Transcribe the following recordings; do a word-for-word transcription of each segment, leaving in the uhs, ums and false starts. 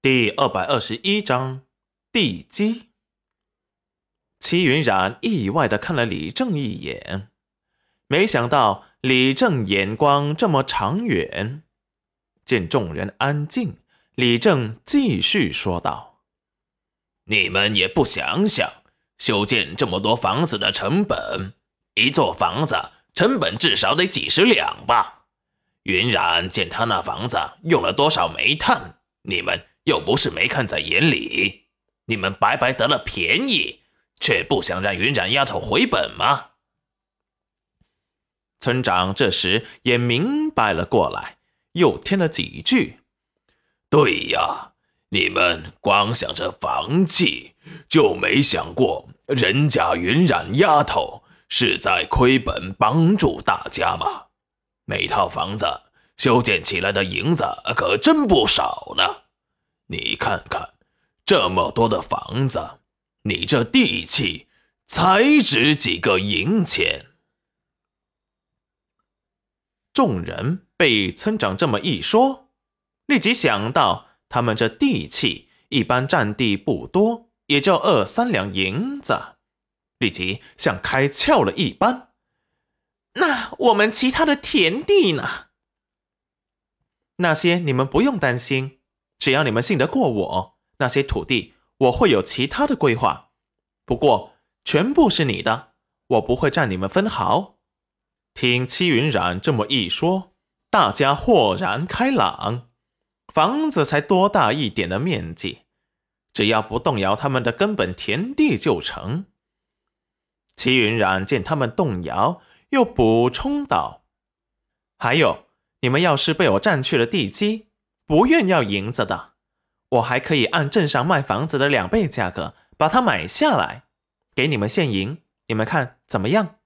第二百二十一章地基。戚云染意外地看了李正一眼，没想到李正眼光这么长远。见众人安静，李正继续说道： 你们也不想想，修建这么多房子的成本，一座房子成本至少得几十两吧？云染建他那房子用了多少煤炭，你们又不是没看在眼里，你们白白得了便宜，却不想让云染丫头回本吗？ 村长这时也明白了过来，又添了几句： 对呀，你们光想着房契，就没想过人家云染丫头是在亏本帮助大家吗？每套房子修建起来的银子可真不少呢。你看看，这么多的房子，你这地契才值几个银钱。 众人被村长这么一说，立即想到他们这地契一般占地不多，也就二三两银子，立即像开窍了一般。那我们其他的田地呢？那些你们不用担心，只要你们信得过我，那些土地我会有其他的规划，不过全部是你的，我不会占你们分毫。听戚云染这么一说，大家豁然开朗。房子才多大一点的面积，只要不动摇他们的根本田地就成。戚云染见他们动摇，又补充道：还有，你们要是被我占去了地基，不愿要银子的，我还可以按镇上卖房子的两倍价格把它买下来，给你们现银，你们看怎么样？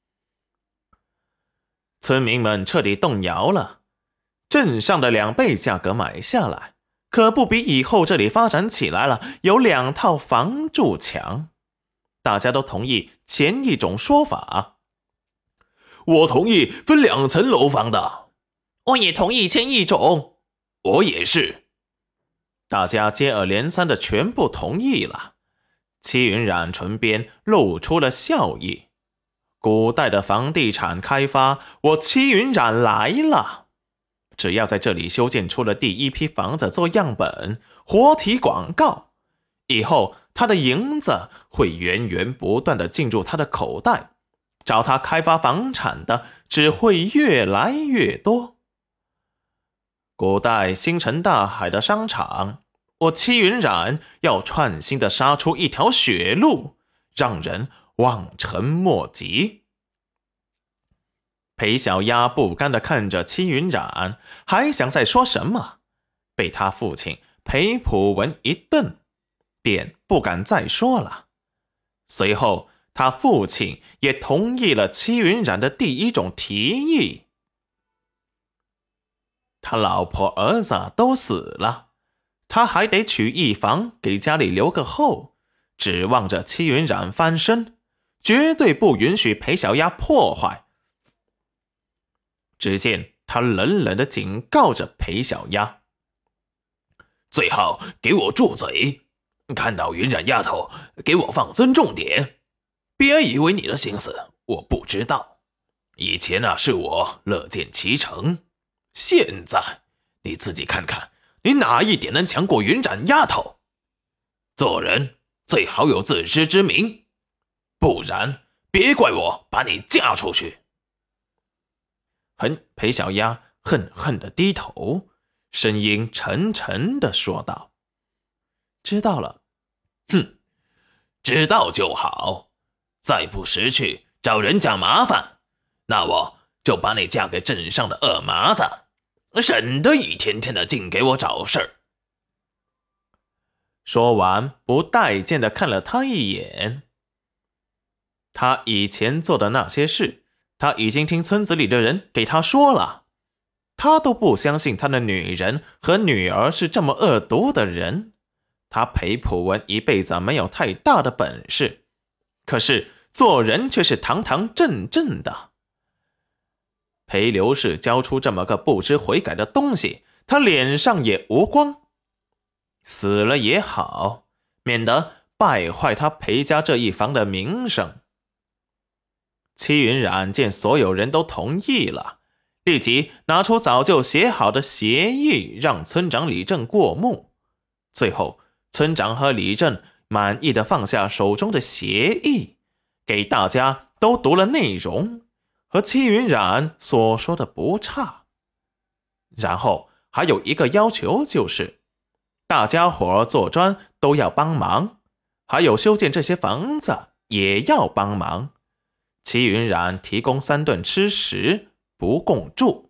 村民们彻底动摇了，镇上的两倍价格买下来，可不比以后这里发展起来了有两套房住强。大家都同意前一种说法。 我同意分两层楼房的。 我也同意前一种。 我也是。 大家接二连三的全部同意了。戚云染唇边露出了笑意。古代的房地产开发，我戚云染来了。只要在这里修建出了第一批房子做样本，活体广告，以后他的银子会源源不断的进入他的口袋，找他开发房产的只会越来越多。古代星辰大海的商场，我戚云染要创新的杀出一条血路，让人望尘莫及。裴小丫不甘地看着戚云染，还想再说什么，被他父亲裴普文一瞪，便不敢再说了。随后他父亲也同意了戚云染的第一种提议。他老婆儿子都死了，他还得娶一房给家里留个后，指望着戚云染翻身，绝对不允许裴小丫破坏。只见他冷冷地警告着裴小丫： 最好给我住嘴，看到云染丫头给我放尊重点，别以为你的心思我不知道。以前啊是我乐见其成，现在你自己看看，你哪一点能强过云染丫头？做人最好有自知之明，不然别怪我把你嫁出去。 哼，裴小丫恨恨地低头，声音沉沉地说道：知道了。 哼，知道就好，再不识趣找人家麻烦，那我就把你嫁给镇上的二麻子，省得一天天的净给我找事儿。 说完，不待见地看了他一眼。他以前做的那些事，他已经听村子里的人给他说了，他都不相信他的女人和女儿是这么恶毒的人。他裴普文一辈子没有太大的本事，可是做人却是堂堂正正的。裴刘氏教出这么个不知悔改的东西，他脸上也无光。 死了也好，免得败坏他裴家这一房的名声。戚云染见所有人都同意了，立即拿出早就写好的协议，让村长李正过目。最后，村长和李正满意的放下手中的协议，给大家都读了内容，和戚云染所说的不差。然后还有一个要求，就是大家伙做砖都要帮忙，还有修建这些房子也要帮忙。戚云染提供三顿吃食，不共住。